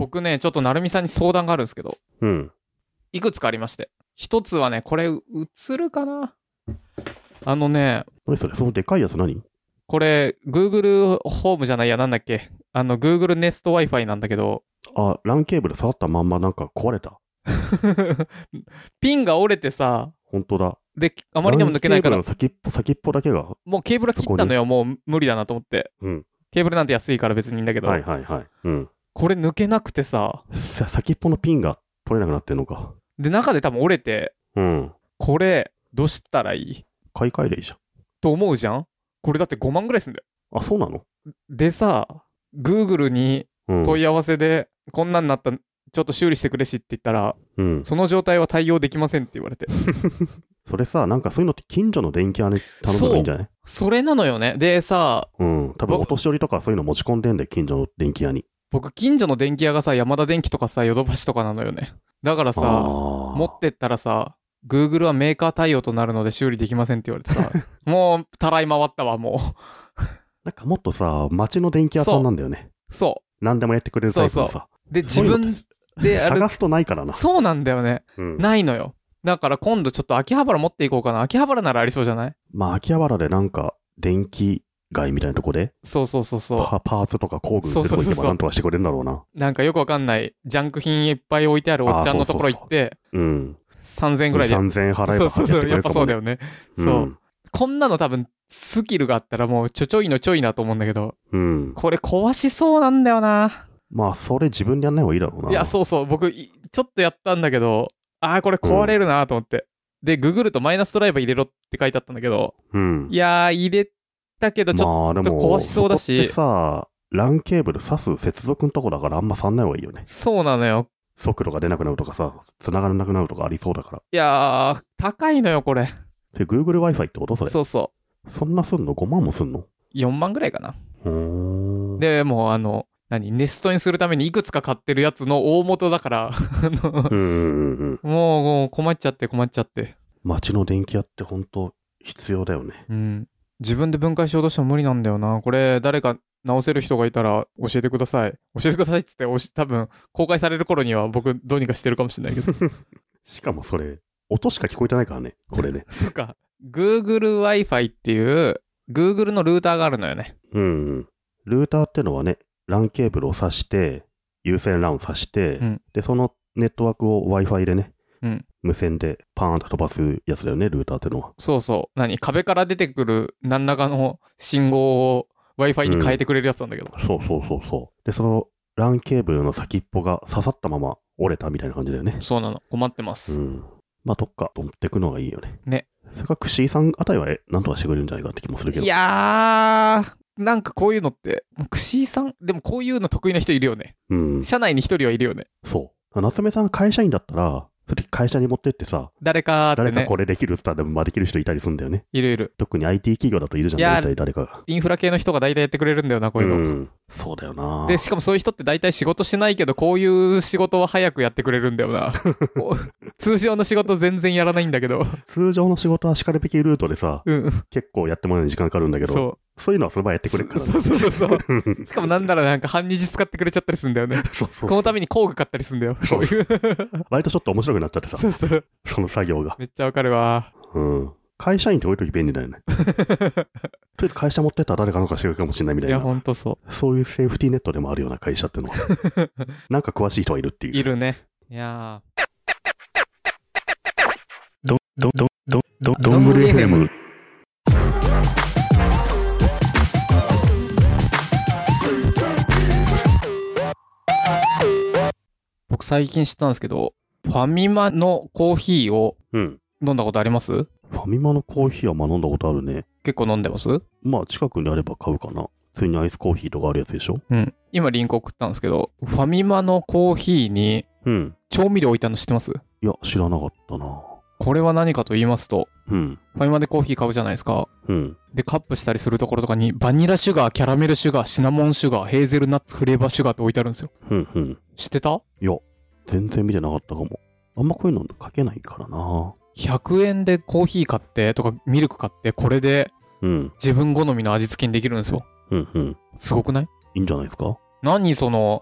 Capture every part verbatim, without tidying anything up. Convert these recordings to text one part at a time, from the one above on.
僕ねちょっと成美さんに相談があるんですけど、 うん。 いくつかありまして、一つはねこれ映るかな、あのね何それ、そのでかいやつ何？ これ Google ホームじゃないや、なんだっけ、あの Google Nest Wi-Fi なんだけど、 あ、ランケーブル触ったまんまなんか壊れた。 ピンが折れてさ、 ほんとだ。 であまりにも抜けないから、 ランケーブルの先っぽ先っぽだけが。 もうケーブル切ったのよ、もう無理だなと思って。 うん。 ケーブルなんて安いから別にいいんだけど、 はいはいはい。うん。 これ抜けなくてさ、 さ先っぽのピンが取れなくなってんのか。 で中で多分折れて、 うん。 これどうしたらいい買い替えりゃいいじゃん。 と思うじゃん。これだってごまんぐらいすんだよ。 あ、そうなの？ でさ、Google にうん。 問い合わせで、こんなんなった、ちょっと修理してくれしって言ったら、 うん。 その状態は対応できませんって言われて。 それさ、なんかそういうのって近所の電気屋に頼むのがいいんじゃない？ それなのよね。でさ、 うん。多分お年寄りとかそういうの持ち込んでんで、近所の電気屋に。 僕近所の電気屋がさ、ヤマダ電機とかさ、ヨドバシとかなのよね。だからさ、 持持ってったらさ、Google はメーカー対応となるので修理できませんって言われてさ、もうたらい回ったわ、もなんかもっとさ、街の電気屋さんなんだよね。 う。そ何でもやってくれるタイプのさ。 そうそう。で、自そういうの分ってでやる。 探すとないからな。 そうなんだよね。 うん。 ないのよ。だから今度ちょっと秋葉原持っていこうかな。秋葉原ならありそうじゃない？ まあ、秋葉原でなんか、電気街みたいなとこで、 そうそうそうそう。 パ、パーツとか工具ってとこ行けばなんとかしてくれるんだろうな。 なんかよくわかんないジャンク品いっぱい置いてあるおっちゃんのところ行って、 うん。 さんぜんえんぐらいで。 さんぜんえん払えばそうそうそう、やっぱそうだよね。 うん、 そう。こんなの多分スキルがあったらもうちょちょいのちょいなと思うんだけど、 うん。 これ壊しそうなんだよな。 まあ、それ自分でやんない方がいいだろうな。 いや、そうそう、僕ちょっとやったんだけど、あーこれ壊れるなと思って。うん、で、ググるとマイナスドライバー入れろって書いてあったんだけど、 うん。 いやー、入れたけどちょっと壊しそうだし。 まあ、でも、そこってさ、ランケーブル挿す接続のとこだからあんま触んない方がいいよね。 そうなのよ。 速度が出なくなるとかさ、繋がらなくなるとかありそうだから。 いやー、高いのよ、これ。 で、Google Wi-Fi ってことそれ。 そうそう。 そんなすんの？ ご 万もすんの？ よんまんぐらいかな。 うーん。 で、もうあの、何ネストにするためにいくつか買ってるやつの大元だからうんうんうん、 もう、もう困っちゃって困っちゃって。 街の電気屋って本当必要だよね。 うん。自分で分解しようとしても無理なんだよな。これ、誰か直せる人がいたら教えてください。教えてくださいっつっておし、多分、公開される頃には僕どうにかしてるかもしれないけど。 しかもそれ、音しか聞こえてないからね、これね。 そっか。Google Wi-Fi っていう、Google のルーターがあるのよね。 うん。ルーターってのはね、ランケーブルを挿して、有線 ランを挿して、うん、で、そのネットワークを Wi-Fi でね、うん、無線でパーンと飛ばすやつだよね、ルーターってのは。 そうそう。何？壁から出てくる何らかの信号を Wi-Fi に変えてくれるやつなんだけど、 うん。そうそうそうそう。で、そのランケーブルの先っぽが刺さったまま折れたみたいな感じだよね。 そうなの。困ってます。 うん。まあ、どっか持ってくのがいいよね。 ね。 それからクシーさんあたりはなんとかしてくれるんじゃないかって気もするけど。 いやー、なんかこういうのって、クシーさん、でもこういうの得意な人いるよね。うん。社内に一人はいるよね。 そう。夏目さんが会社員だったら、それ会社に持ってってさ、 誰かってね、 誰かこれできるって言ったら、まあできる人いたりするんだよね。 いるいる。 特に アイティー 企業だといるじゃん、大体誰かが。 インフラ系の人が大体やってくれるんだよな、こういうの。うん。 そうだよな。 で、しかもそういう人って大体仕事しないけど、こういう仕事は早くやってくれるんだよな。通常の仕事全然やらないんだけど。 通常の仕事はしかるべきルートでさ、 うん、 結構やってもらうのに時間かかるんだけど、そうそういうのはその場やってくれるからね。 そうそうそうそう。しかもなんならなんか半日使ってくれちゃったりするんだよね。そうそうそう。このために工具買ったりするんだよ。そういう。割とちょっと面白くなっちゃってさ。そうそう。その作業が。 めっちゃわかるわ。 うん。会社員って置いとき便利だよね。とりあえず会社持ってったら誰かのかしてるかもしれないみたいな。 いや、ほんとそう。 そういうセーフティーネットでもあるような会社ってのは。なんか詳しい人はいるっていう。 いるね。いやー。 ど、ど、ど、ど、ど、どんぐり エフエム。 僕最近知ったんですけど、ファミマのコーヒーを飲んだことあります？うん、 ファミマのコーヒーはまあ飲んだことあるね。 結構飲んでます？ まあ近くにあれば買うかな。普通にアイスコーヒーとかあるやつでしょ？ うん。今リンク送ったんですけど、ファミマのコーヒーに調味料置いたの知ってます？ いや、知らなかったな。 これは何かと言いますと、 うん、 ファミマでコーヒー買うじゃないですか。 うん、 で、カップしたりするところとかに、バニラシュガー、キャラメルシュガー、シナモンシュガー、ヘーゼルナッツフレーバーシュガーって置いてあるんですよ。 うんうん、 知ってた？ いや、全然見てなかったかも。あんまこういうの書けないからな。 ひゃくえんでコーヒー買ってとかミルク買って、これで自分好みの味付けにできるんですよ。 うんうん、 すごくない？ いいんじゃないですか？ 何その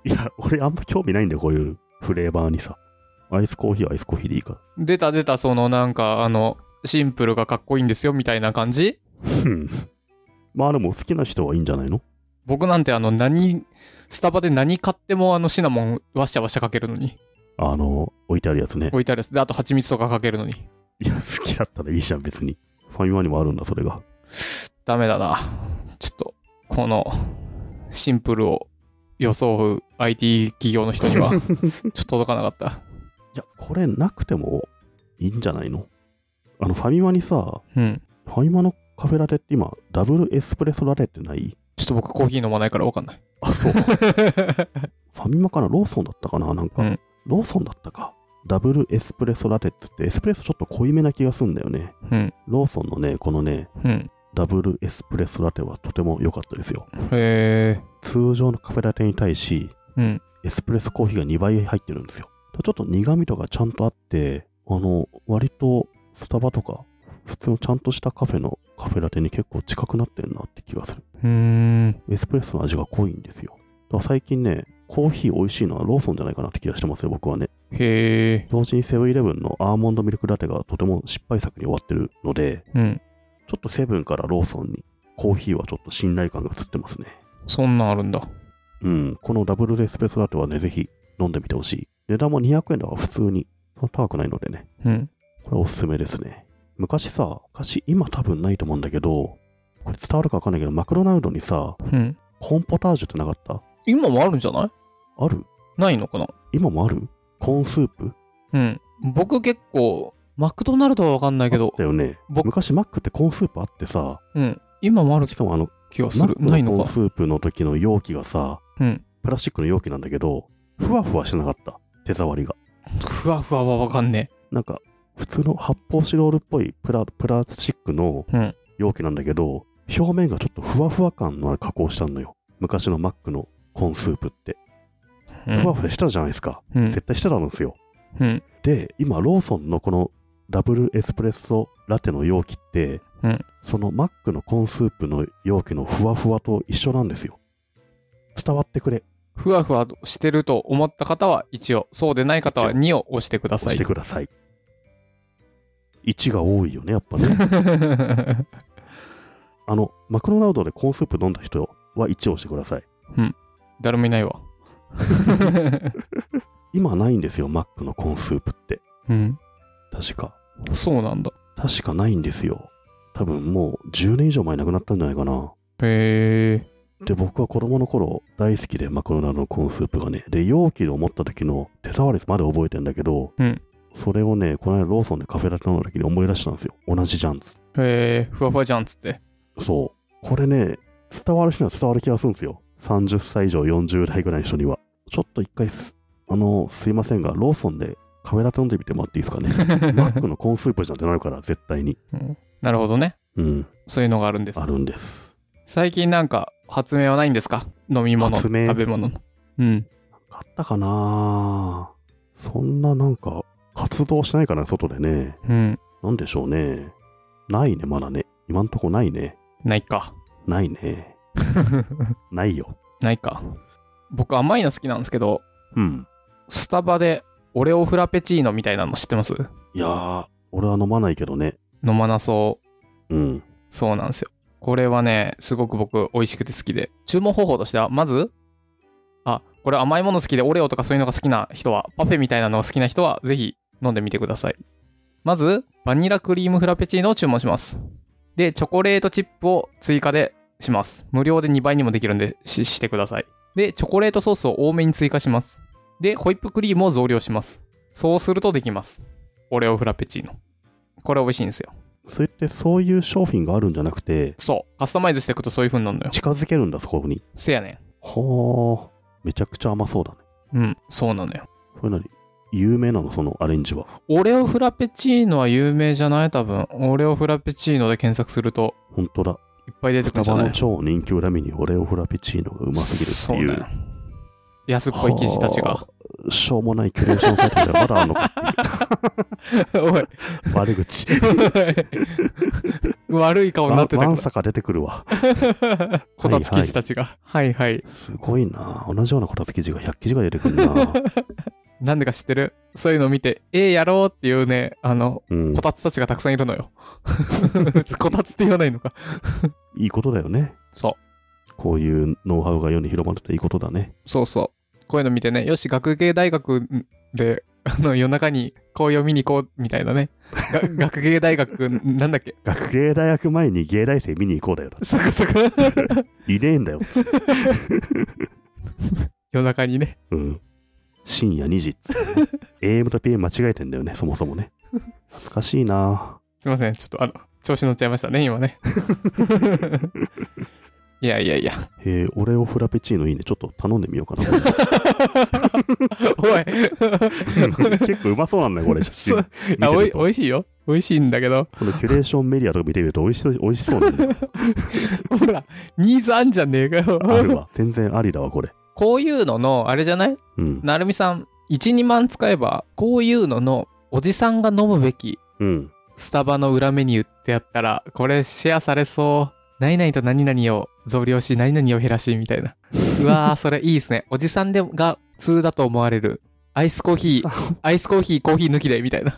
いや、俺あんま興味ないんだよ、こういうフレーバーにさ。アイスコーヒーはアイスコーヒーでいいから。 出た出た、そのなんか、あの、シンプルがかっこいいんですよ、みたいな感じ。 まあでも好きな人はいいんじゃないの？ 僕なんてあの、何、スタバで何買ってもあの、シナモンわしゃわしゃかけるのに。 あの、置いてあるやつね。 置いてあるやつ。で、あと蜂蜜とかかけるのに。 いや、好きだったらいいじゃん、別に。ファミマにもあるんだ、それが。 ダメだな。ちょっと、この、シンプルを装う アイティー 企業の人には、ちょっと届かなかった。 いや、これなくてもいいんじゃないの？あの、ファミマにさ、 うん。 ファミマのカフェラテって今、ダブルエスプレッソラテってない？ ちょっと僕コーヒー飲まないから分かんない。 あ、そう。ファミマかな？ローソンだったかな？なんか、うん、ローソンだったか。ダブルエスプレッソラテって言って、エスプレッソちょっと濃いめな気がするんだよね。 うん。 ローソンのね、このね、 うん、 ダブルエスプレッソラテはとても良かったですよ。 へー。 通常のカフェラテに対し、 うん、 エスプレッソコーヒーがにばい入ってるんですよ。ちょっと苦味とかちゃんとあって、あの、割とスタバとか、普通のちゃんとしたカフェのカフェラテに結構近くなってんなって気がする。 うーん。 エスプレッソの味が濃いんですよ。だから最近ね、コーヒー美味しいのはローソンじゃないかなって気がしてますよ、僕はね。 へー。 同時にセブンイレブンのアーモンドミルクラテがとても失敗作に終わってるので、 うん、 ちょっとセブンからローソンにコーヒーはちょっと信頼感が移ってますね。 そんなんあるんだ。 うん、このダブルエスプレッソラテはね、ぜひ飲んでみてほしい。値段もにひゃくえんだから普通に高くないのでね。 うん。 これおすすめですね。昔さ、昔、今多分ないと思うんだけど、これ伝わるかわかんないけど、マクドナルドにさ、 うん、 コーンポタージュってなかった？ 今もあるんじゃない？ ある？ ないのかな？ 今もある？コーンスープ？ うん。僕結構、マクドナルドはわかんないけど。 だよね。昔マックってコーンスープあってさ、 うん。今もあるしかもあの、 気がする。ないのか。 コーンスープの時の容器がさ、 うん。 プラスチックの容器なんだけど、ふわふわしてなかった。手触りが。 ふわふわはわかんねえ。なんか、普通の発泡スチロールっぽいプラ、プラスチックの容器なんだけど、うん、表面がちょっとふわふわ感のある加工したのよ。昔のマックのコーンスープって。うん、ふわふわしたじゃないですか。うん、絶対してたんですよ。 うん、 で、今、ローソンのこのダブルエスプレッソラテの容器って、 うん、 そのマックのコーンスープの容器のふわふわと一緒なんですよ。伝わってくれ。 ふわふわしてると思った方はいちを、そうでない方はにを押してください。 押してください。いちが多いよね、やっぱね。あの、マクドナルドでコーンスープ飲んだ人はいちを押してください。 うん。誰もいないわ。 今ないんですよ、マックのコーンスープって。 うん。 確か。 そうなんだ。 確かないんですよ。多分もうじゅうねん以上前なくなったんじゃないかな。 へー。 で、僕は子供の頃大好きで、マクドナルドのコーンスープがね。で、容器で思った時の手触りまで覚えてんだけど、 うん。 それをね、この間ローソンでカフェラテ飲んだ時に思い出したんですよ。同じじゃんつ。 へー、ふわふわじゃんつって。 そう。これね、伝わる人には伝わる気がするんですよ。さんじゅっさい以上よんじゅう代ぐらいの人には。ちょっと一回す、あの、すいませんが、ローソンでカフェラテ飲んでみてもらっていいですかね。マックのコーンスープじゃんってなるから、絶対に。 うん、なるほどね。 うん。 そういうのがあるんです。 あるんです。 最近なんか発明はないんですか？飲み物、食べ物の。うん。 あったかな？そんななんか活動しないかな、外でね。 うん。 なんでしょうね。ないね、まだね。今んとこないね。 ないか。 ないね。ないよ。 ないか。僕甘いの好きなんですけど、 うん。 スタバでオレオフラペチーノみたいなの知ってます？ いやー、俺は飲まないけどね。 飲まなそう。 うん。 そうなんですよ。これはね、すごく僕美味しくて好きで。注文方法としては、まず、あ、これ甘いもの好きでオレオとかそういうのが好きな人は、パフェみたいなのが好きな人は、ぜひ飲んでみてください。まず、バニラクリームフラペチーノを注文します。で、チョコレートチップを追加でします。無料でにばいにもできるんで し, してください。で、チョコレートソースを多めに追加します。で、ホイップクリームを増量します。そうするとできます。オレオフラペチーノ。これ美味しいんですよ。 それってそういう商品があるんじゃなくて、 そう。カスタマイズしていくとそういう風になるのよ。 近づけるんだ、そこに。 せやねん。 はあ、めちゃくちゃ甘そうだね。 うん、そうなのよ。 これ何？有名なの、そのアレンジは。 オレオフラペチーノは有名じゃない？多分。オレオフラペチーノで検索すると。 本当だ。 いっぱい出てくるんじゃない？ スタバの超人気裏メニュー、オレオフラペチーノがうますぎるっていう。 そうね。安っぽい生地たちが。 しょうもないキュレーションサイトではまだあるのかっていう。おい。悪口。 悪い顔になってたから。 まさか出てくるわ。 こたつ記事たちが。はいはい。 すごいな。同じようなこたつ記事がひゃく記事が出てくるな。 なんでか知ってる？そういうのを見て、えー、やろうっていうね、あの、うん、こたつたちがたくさんいるのよ。こたつって言わないのか。 いいことだよね。 そう。 こういうノウハウが世に広まるといいことだね。 そうそう。こういうの見てね、よし、学芸大学で、あの、夜中に紅葉見に行こうみたいなね。学芸大学、なんだっけ。 学芸大学前に芸大生見に行こうだよ。 そこそこ。 いねえんだよ。 夜中にね。 うん。深夜にじ。エーエム と ピーエム 間違えてんだよね、そもそもね。懐かしいな。 すいません、ちょっとあの、調子乗っちゃいましたね、今ね。いやいやいや。 えー、オレオフラペチーノいいね。ちょっと頼んでみようかな。 おい。 結構うまそうなんだよ、これ。写真あおい、おいしいよ。おいしいんだけど。 このキュレーションメディアとか見てみると美味しそう、美味しそうなんだよ。 ほら、ニーズあんじゃねえかよ。 あるわ。全然ありだわ、これ。 こういうのの、あれじゃない？うん。なるみさん、いち、にまん使えば、こういうのの、おじさんが飲むべき、うん。スタバの裏メニューってやったら、これシェアされそう。何々と何々を増量し、何々を減らし、みたいな。うわー、それいいですね。おじさんでが普通だと思われる。アイスコーヒー、アイスコーヒー、コーヒー抜きで、みたいな。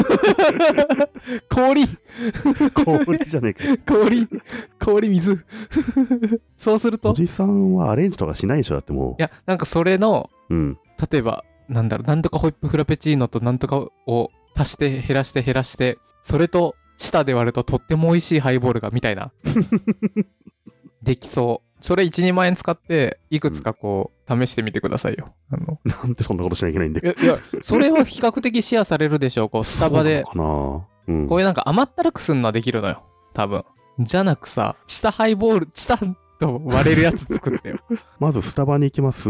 氷氷じゃねえか。 氷氷水そうすると。 おじさんはアレンジとかしないでしょ、だってもう。いや、なんかそれの、うん、例えば、なんだろう、なんとかホイップフラペチーノとなんとかを足して減らして減らして、それと、舌で割るととっても美味しいハイボールがみたいなできそう。それいち、にまん円使っていくつかこう試してみてくださいよ。あのなんでそんなことしなきゃいけないんで。 いや、いやそれは比較的シェアされるでしょう。こうスタバでそうなのかな、うん、 こういうなんか甘ったるくすんのはできるのよ多分。じゃなくさ、舌ハイボール舌と割れるやつ作ってよ。 まずスタバに行きます、うん、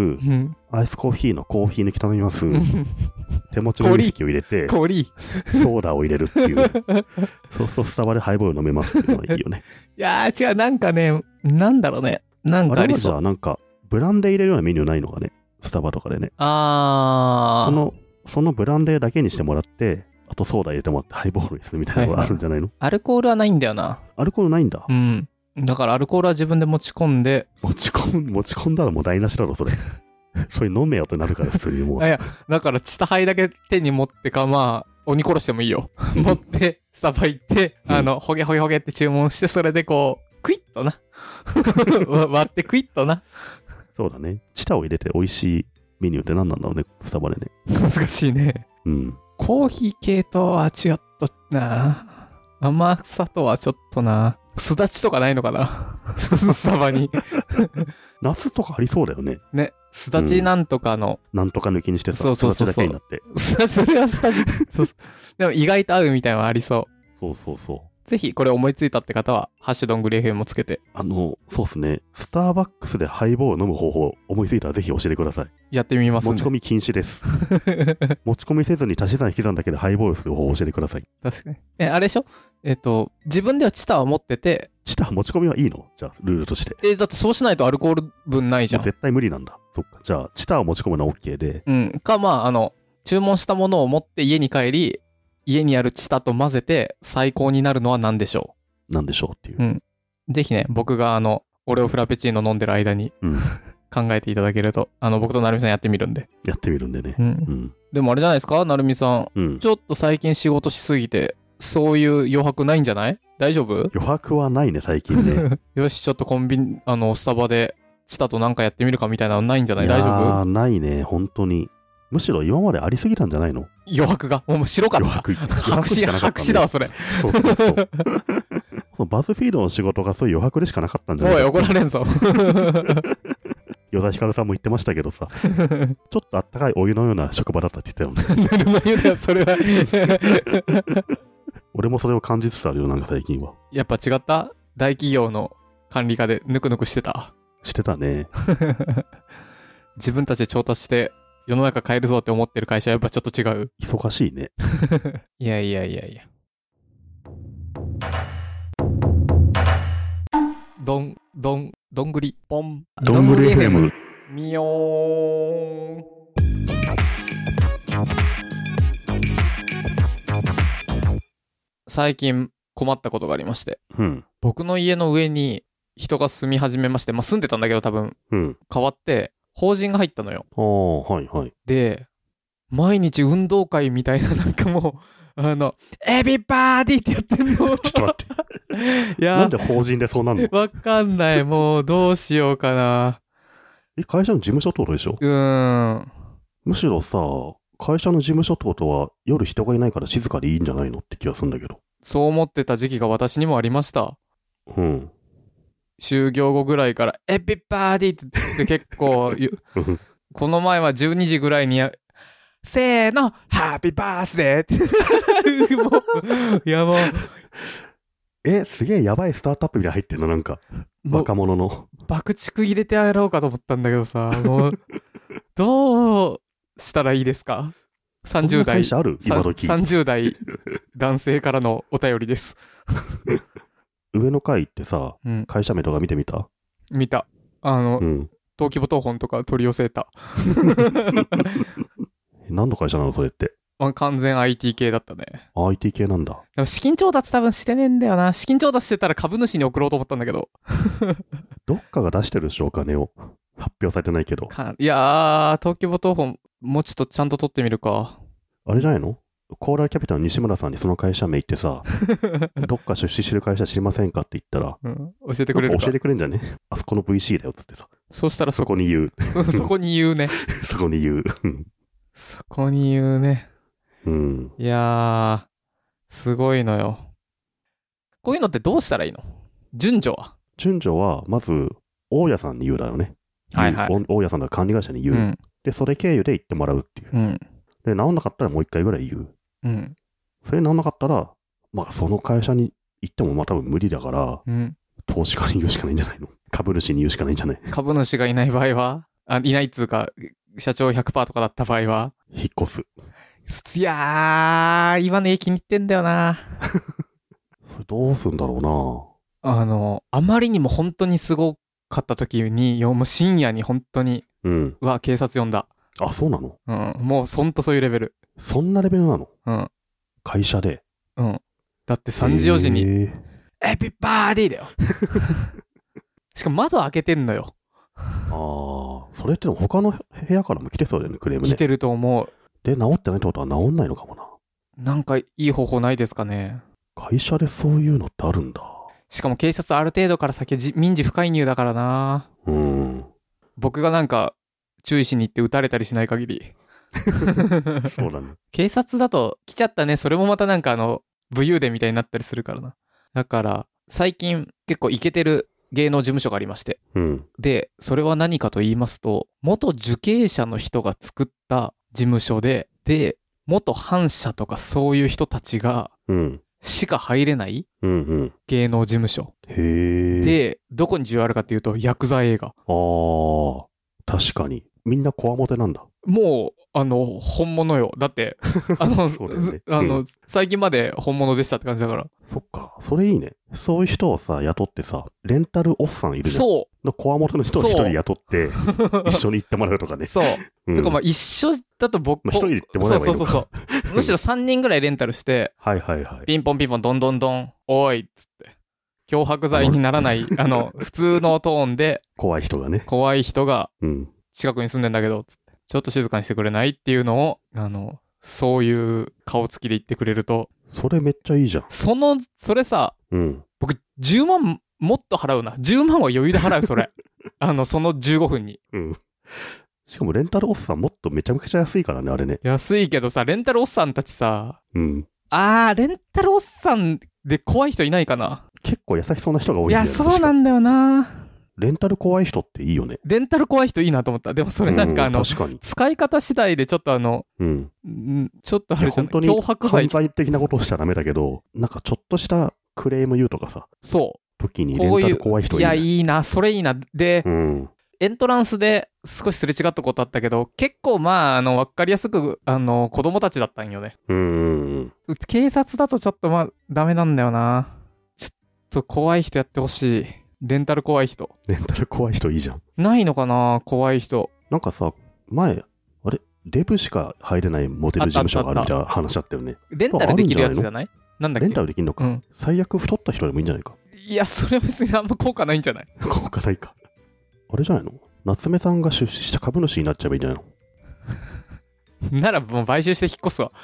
アイスコーヒーのコーヒー抜き頼みます。手持ちのウイスキーを入れて氷ソーダを入れるっていうそうそうスタバでハイボール飲めますっていうのがいいよね。 いやー違う、なんかね、なんだろうね、なんかありそう。 あれはじゃあなんかブランデー入れるようなメニューないのかね、スタバとかでね。 あー、 そのそのブランデーだけにしてもらって、あとソーダ入れてもらってハイボールにするみたいなのがあるんじゃないの、はいはい、 アルコールはないんだよな。 アルコールないんだ。 うん、だからアルコールは自分で持ち込んで。 持ち込ん持ち込んだらもう台無しだろそれ。それ飲めよってなるから普通にもう。 いやだからチタハイだけ手に持ってか、まあ鬼殺してもいいよ。持ってスタバ行って、うん、あのホゲホゲホゲって注文して、それでこうクイッとな割ってクイッとな。 そうだね。チタを入れて美味しいメニューって何なんだろうね、スタバでね。 難しいね。 うん。 コーヒー系とは違っとな。甘さとはちょっとな。すだちとかないのかなスタバに。 夏とかありそうだよね。 ね。すだちなんとかの、 うん。なんとか抜きにしてさ、 そうそうそうそう。 すだちだけになって。 それはスタジそうそう。でも意外と合うみたいなのありそう。 そうそうそう。 ぜひこれ思いついたって方は、ハッシュドングリ エフエム もつけて。 あの、そうっすね。スターバックスでハイボール飲む方法、思いついたらぜひ教えてください。 やってみますんで。 持ち込み禁止です。持ち込みせずに足し算引き算だけでハイボールする方法を教えてください。 確かに。え、あれでしょ？えっと、自分ではチタは持ってて。 チタ持ち込みはいいの？じゃあ、ルールとして。 え、だってそうしないとアルコール分ないじゃん。 絶対無理なんだ。そっか。じゃあ、チタを持ち込むのは OK で。 うん。か、まあ、あの、注文したものを持って家に帰り、家にあるチタと混ぜて最高になるのは何でしょう？ なんでしょうっていう。 うん。ぜひね、僕があの、オレオフラペチーノ飲んでる間に、うん、考えていただけると、あの、僕となるみさんやってみるんで。 やってみるんでね。 うん。うん、でもあれじゃないですか、なるみさん、うん。ちょっと最近仕事しすぎて、そういう余白ないんじゃない？大丈夫？ 余白はないね、最近ね。 よし、ちょっとコンビニ、あの、スタバで、チタとなんかやってみるかみたいなのないんじゃない？大丈夫？ ああ、ないね、本当に。むしろ今までありすぎたんじゃないの？ 余白が。もう白かった。余白。白紙、白紙だわ、それ。 そうそうそう。そのバズフィードの仕事がそういう余白でしかなかったんじゃない？ おい、怒られんぞ。 与田ヒカルさんも言ってましたけどさ、ちょっとあったかいお湯のような職場だったって言ったよね。 ぬるま湯だよ、それは。 俺もそれを感じつつあるよ、なんか最近は。 やっぱ違った？大企業の管理課でぬくぬくしてた。 してたね。 自分たちで調達して世の中変えるぞって思ってる会社はやっぱちょっと違う。 忙しいね。 いやいやいやいや。どん、どん、どんぐり、ポン。 どんぐり エフエム。 みよーん。 最近困ったことがありまして、 うん、 僕の家の上に人が住み始めまして、まあ、住んでたんだけど多分、うん、変わって法人が入ったのよ。 ああ、はいはい。 で、毎日運動会みたいな、なんかもうあのエビバーディってやってんの。ちょっと待って。いや、なんで法人でそうなんの？ わかんない。もうどうしようかな。 え、会社の事務所ってことでしょ？ うーん。 むしろさ、会社の事務所ってことは夜人がいないから静かでいいんじゃないのって気がするんだけど。 そう思ってた時期が私にもありました。 うん。 就業後ぐらいからエビバーディって結構この前はじゅうにじぐらいにせーのハッピーバースデーってもういやもうえ、すげえやばいスタートアップみたいに入ってんの、なんか若者の爆竹入れてやろうかと思ったんだけどさ、もうどうしたらいいですか？さんじゅう代、 そんな会社ある？今時さんじゅう代男性からのお便りです上の階ってさ、うん、会社名とか見てみた？ 見た。あの、うん、登記簿謄本とか取り寄せた何の会社なのそれって？ まあ、完全 アイティー 系だったね。 アイティー 系なんだ。 でも資金調達多分してねえんだよな。資金調達してたら株主に送ろうと思ったんだけどどっかが出してるでしょ、お金を。発表されてないけど。 いやー、登記簿謄本もうちょっとちゃんと取ってみるか。 あれじゃないの？コーラルキャピタルの西村さんにその会社名言ってさどっか出資してる会社知りませんかって言ったら、 うん、教えてくれるか。 教えてくれるんじゃね？あそこの ブイシー だよっつってさ。 そうしたら そ, そこに言うそ, そこに言うねそこに言うそこに言うね。 うん。 いやー、すごいのよ。こういうのってどうしたらいいの？順序は順序はまず大家さんに言うだよね。 はいはい。 大家さんだから管理会社に言う、うん、でそれ経由で言ってもらうっていう、うん、で治んなかったらもう一回ぐらい言う、うん、それ治んなかったらまあその会社に行ってもまあ多分無理だから、うん、投資家に言うしかないんじゃないの？株主に言うしかないんじゃない？ 株主がいない場合は、あ、いないっつうか社長 ひゃくパーセント とかだった場合は引っ越す。いやー、今の家気に入ってんだよなそれどうすんだろうな。あのあまりにも本当にすごかった時に、もう深夜に本当に、うん、は警察呼んだ。 あ、そうなの？ うん、もうほんとそういうレベル。 そんなレベルなの？ うん。 会社で。 うん。だってさんじよじにエビバーディーだよしかも窓開けてんのよ。 ああ、それって他の部屋からも来てそうだよね、クレームね。 来てると思う。 で、治ってないってことは治んないのかもな。 なんかいい方法ないですかね。 会社でそういうのってあるんだ。 しかも警察ある程度から先は民事不介入だからな。 うん。 僕がなんか注意しに行って撃たれたりしない限りそうだね。 警察だと来ちゃったね。それもまたなんかあの武勇伝みたいになったりするからな。だから最近結構イケてる芸能事務所がありまして、 うん、 でそれは何かと言いますと、元受刑者の人が作った事務所で、で元反社とかそういう人たちが、 うんしか入れない芸能事務所、 うんうん、へー。 でどこに需要あるかっていうとヤクザ映画。 あー、確かにみんなコアモテなんだ。 もうあの本物よ。だってあの、ね、あの、うん、最近まで本物でしたって感じだから。 そっか、それいいね。そういう人をさ雇ってさ、レンタルおっさんいるじゃん。 そうのコアモテの人を一人雇って一緒に行ってもらうとかね。 そう、うん、だからまあ一緒だと僕、 まあ、一人で行ってもらえばいいのか。 そうそうそうそうむしろさんにんぐらいレンタルしてはいはいはい、 ピンポンピンポンドンドンドンおいっつって脅迫罪にならないあの普通のトーンで怖い人がね怖い人がうん近くに住んでんだけどつってちょっと静かにしてくれないっていうのをあのそういう顔つきで言ってくれると、 それめっちゃいいじゃん。 そのそれさ、 うん、 僕じゅうまんもっと払うな。じゅうまんは余裕で払うそれあのそのじゅうごふんに、 うん、しかもレンタルおっさんもっとめちゃくちゃ安いからねあれね。 安いけどさ、レンタルおっさんたちさ、 うん、 あーレンタルおっさんで怖い人いないかな。 結構優しそうな人が多いんだよね。 いやそうなんだよな。 レンタル怖い人っていいよね。 レンタル怖い人いいなと思った。でもそれなんかあの、 うん、確かに使い方次第でちょっとあの、 うん、 ちょっとあれじゃん、 脅迫罪犯罪的なことをしちゃダメだけど、なんかちょっとしたクレーム言うとかさ、 そう時にレンタル怖い人いい、ね、 いやいいな、それいいな。で、 うん、 エントランスで少しすれ違ったことあったけど、結構まああの分かりやすくあの子供たちだったんよね。 うんうんうん、 警察だとちょっとまあダメなんだよな。ちょっと怖い人やってほしい。レンタル怖い人。 レンタル怖い人いいじゃん。 ないのかな怖い人。 なんかさ、前あれデブしか入れないモデル事務所があるみたいな話あったよね。 レンタルできるやつじゃない？ なんだっけレンタルできんのか、うん、最悪太った人でもいいんじゃないか。 いや、それは別にあんま効果ないんじゃない効果ないか。あれじゃないの、夏目さんが出資した株主になっちゃえばいいんじゃないのならもう買収して引っ越すわ。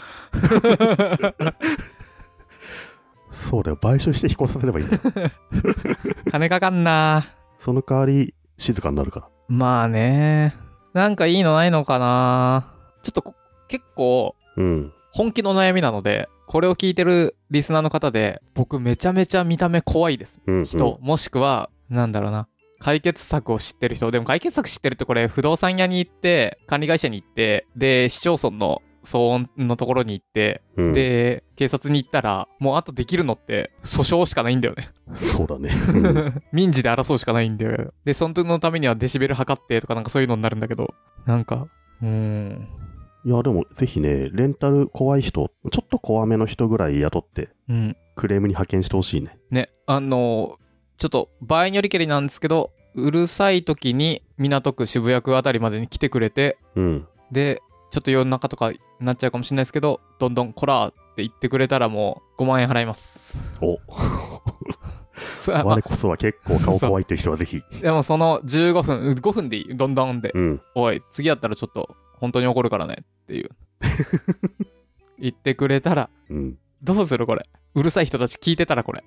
そうだよ、買収して引っ越させればいいんだよ。 金かかんな。 その代わり静かになるから。 まあね、なんかいいのないのかな。ちょっと結構本気の悩みなので、これを聞いてるリスナーの方で、僕めちゃめちゃ見た目怖いです、うんうん、人、もしくはなんだろうな、解決策を知ってる人。でも解決策知ってるってこれ不動産屋に行って管理会社に行ってで市町村の騒音のところに行って、うん、で警察に行ったらもうあとできるのって訴訟しかないんだよね。 そうだね。 民事で争うしかないんだよ。でそのためにはデシベル測ってとかなんかそういうのになるんだけど、なんかうーんいやでもぜひね、レンタル怖い人、ちょっと怖めの人ぐらい雇って、うん、クレームに派遣してほしいね。 ね、あのちょっと場合によりけりなんですけど、うるさい時に港区渋谷区あたりまでに来てくれて、うん、でちょっと夜中とかになっちゃうかもしれないですけど、どんどんこらーって言ってくれたらもうごまんえん払います。 お我こそは結構顔怖いという人はぜひ。 でもそのじゅうごふんごふんでいい、どんどんで、うん、おい次やったらちょっと本当に怒るからねっていう言ってくれたら、うん、どうするこれ、うるさい人たち聞いてたらこれ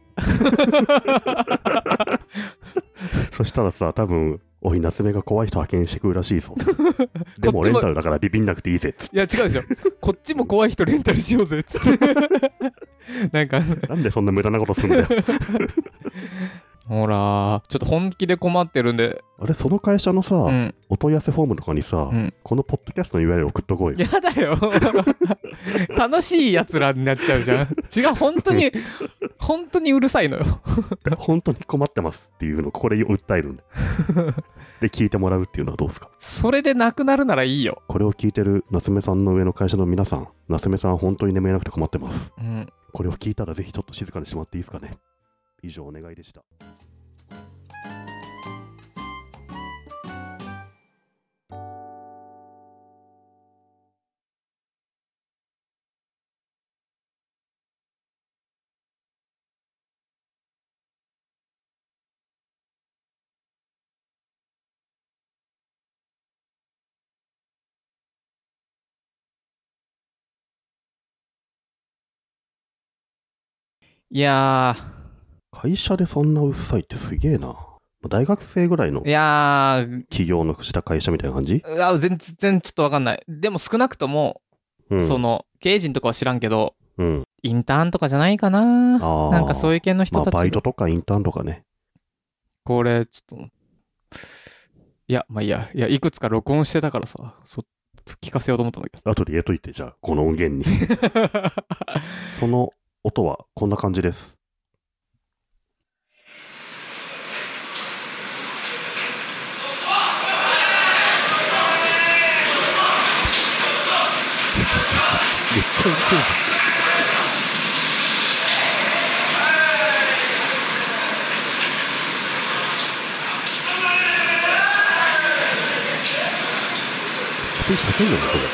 そしたらさ、多分おい夏目が怖い人派遣してくるらしいぞ。でもレンタルだからビビんなくていいぜっつって。 いや違うでしょ、こっちも怖い人レンタルしようぜっつってなんかなんでそんな無駄なことすんだよ。 ほらちょっと本気で困ってるんで。 あれ、その会社のさ、うん、お問い合わせフォームとかにさ、うん、このポッドキャストの ユーアールエル 送っとこうよ。 やだよ楽しいやつらになっちゃうじゃん。違う、本当に本当にうるさいのよ。 本当に困ってますっていうのをこれ訴えるんでで聞いてもらうっていうのはどうですか。 それでなくなるならいいよ。 これを聞いてる夏目さんの上の会社の皆さん、夏目さん本当に眠れなくて困ってます、うん、これを聞いたらぜひちょっと静かにしまっていいですかね。以上お願いでした。 いやー、会社でそんなうっさいってすげえな。大学生ぐらいのいやー企業のした会社みたいな感じ？ いや全然ちょっと分かんない。でも少なくとも、うん、その経営陣とかは知らんけど、うん、インターンとかじゃないかな。なんかそういう系の人たち、 まあ、バイトとかインターンとかね。 これちょっといやまあいいや、いやいくつか録音してたからさ、そ聞かせようと思ったんだけど。 後で入れといて、じゃあこの音源にその音はこんな感じです。めっちゃうるせえじゃん。普通に叫んでんのこれ。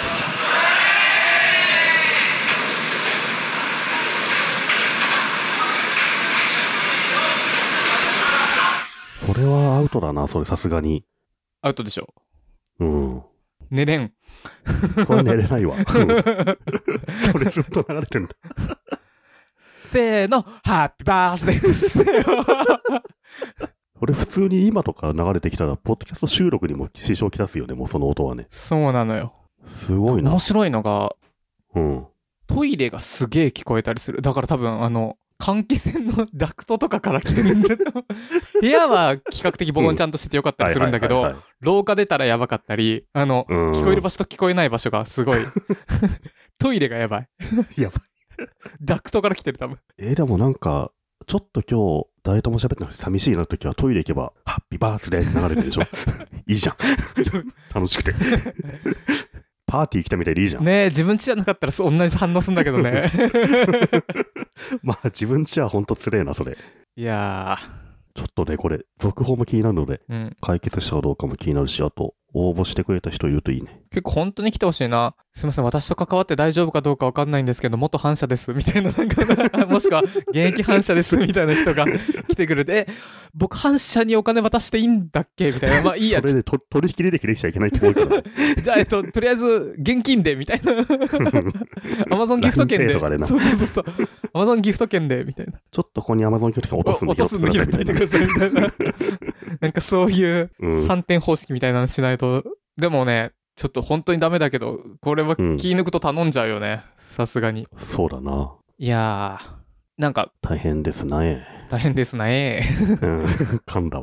これはアウトだな、それさすがに。 アウトでしょ。 うん。 寝れん。 これ寝れないわ。うん、それずっと流れてんだ。 せーの、ハッピーバースデーですよ。 俺普通に今とか流れてきたら、ポッドキャスト収録にも支障きたすよね、もうその音はね。 そうなのよ。 すごいな。 面白いのが、うん、トイレがすげえ聞こえたりする。だから多分あの、換気扇のダクトとかから来てるんだけど部屋は比較的防音ちゃんとしててよかったりするんだけど、廊下出たらやばかったり、あの、聞こえる場所と聞こえない場所がすごいトイレがやばいやばいダクトから来てる多分。 えー、でもなんかちょっと今日誰とも喋ってなくて寂しいな時はトイレ行けばハッピーバースデーって流れてるでしょいいじゃん楽しくてパーティー来たみたいでいいじゃん。 ねえ、自分家じゃなかったら同じ反応するんだけどねまあ自分家はほんとつれえなそれ。 いやーちょっとねこれ続報も気になるので、うん、解決したかどうかも気になるし、あと応募してくれた人いるといいね。 結構本当に来てほしいな。すいません、私と関わって大丈夫かどうかわかんないんですけど、元反社です、みたいな、なんか、もしくは、現役反社です、みたいな人が来てくれて、僕反社にお金渡していいんだっけみたいな。まあいいや。 それでと取引履歴できちゃいけないって思うから。 じゃあ、えっと、とりあえず、現金で、みたいな。アマゾンギフト券で。 とかでなそうそうそう。アマゾンギフト券で、みたいな。 ちょっとここにアマゾンギフト券落とすんで落とすんで拾っていてください、みたいな。なんかそういうさんてん方式みたいなのしないと、うん、でもね、ちょっと本当にダメだけど、これは気抜くと頼んじゃうよね。さすがに。 そうだな。 いやー、なんか。 大変ですね。 大変ですね。 うん、噛んだわ。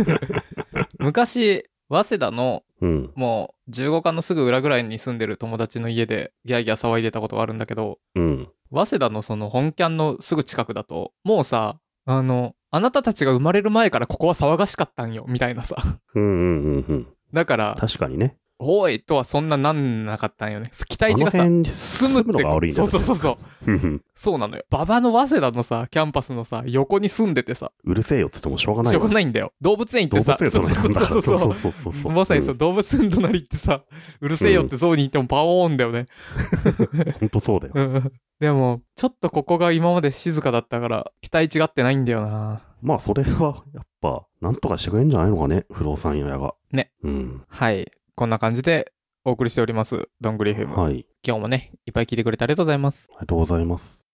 昔、早稲田の、 うん、 もうじゅうごかんのすぐ裏ぐらいに住んでる友達の家でギャーギャー騒いでたことがあるんだけど、 うん、 早稲田のその本キャンのすぐ近くだと、もうさ、あの、あなたたちが生まれる前からここは騒がしかったんよ、みたいなさ。 うんうんうんうん。 だから、 確かにね。 おいとはそんななんなかったんよね。期待値がさ、 住むのが悪いんだそうそうそうそう。そうなのよ。馬場の早稲田のさ、キャンパスのさ、横に住んでてさ。 うるせえよっつってもしょうがない。 しょうがないんだよ。動物園行ってさ。 動物園隣なんだ。 そうそうそうそうそうそう。まさにさ、動物園隣行ってさ、うるせえよってゾウに行ってもパオーンだよね。 ほんとそうだよ。 でも、ちょっとここが今まで静かだったから、期待値が合ってないんだよな。 まあ、それは、やっぱ、なんとかしてくれるんじゃないのかね、不動産屋が。 ね。 うん。 はい。こんな感じでお送りしております。どんぐり エフエム。 はい。 今日もね、いっぱい聞いてくれてありがとうございます。 ありがとうございます。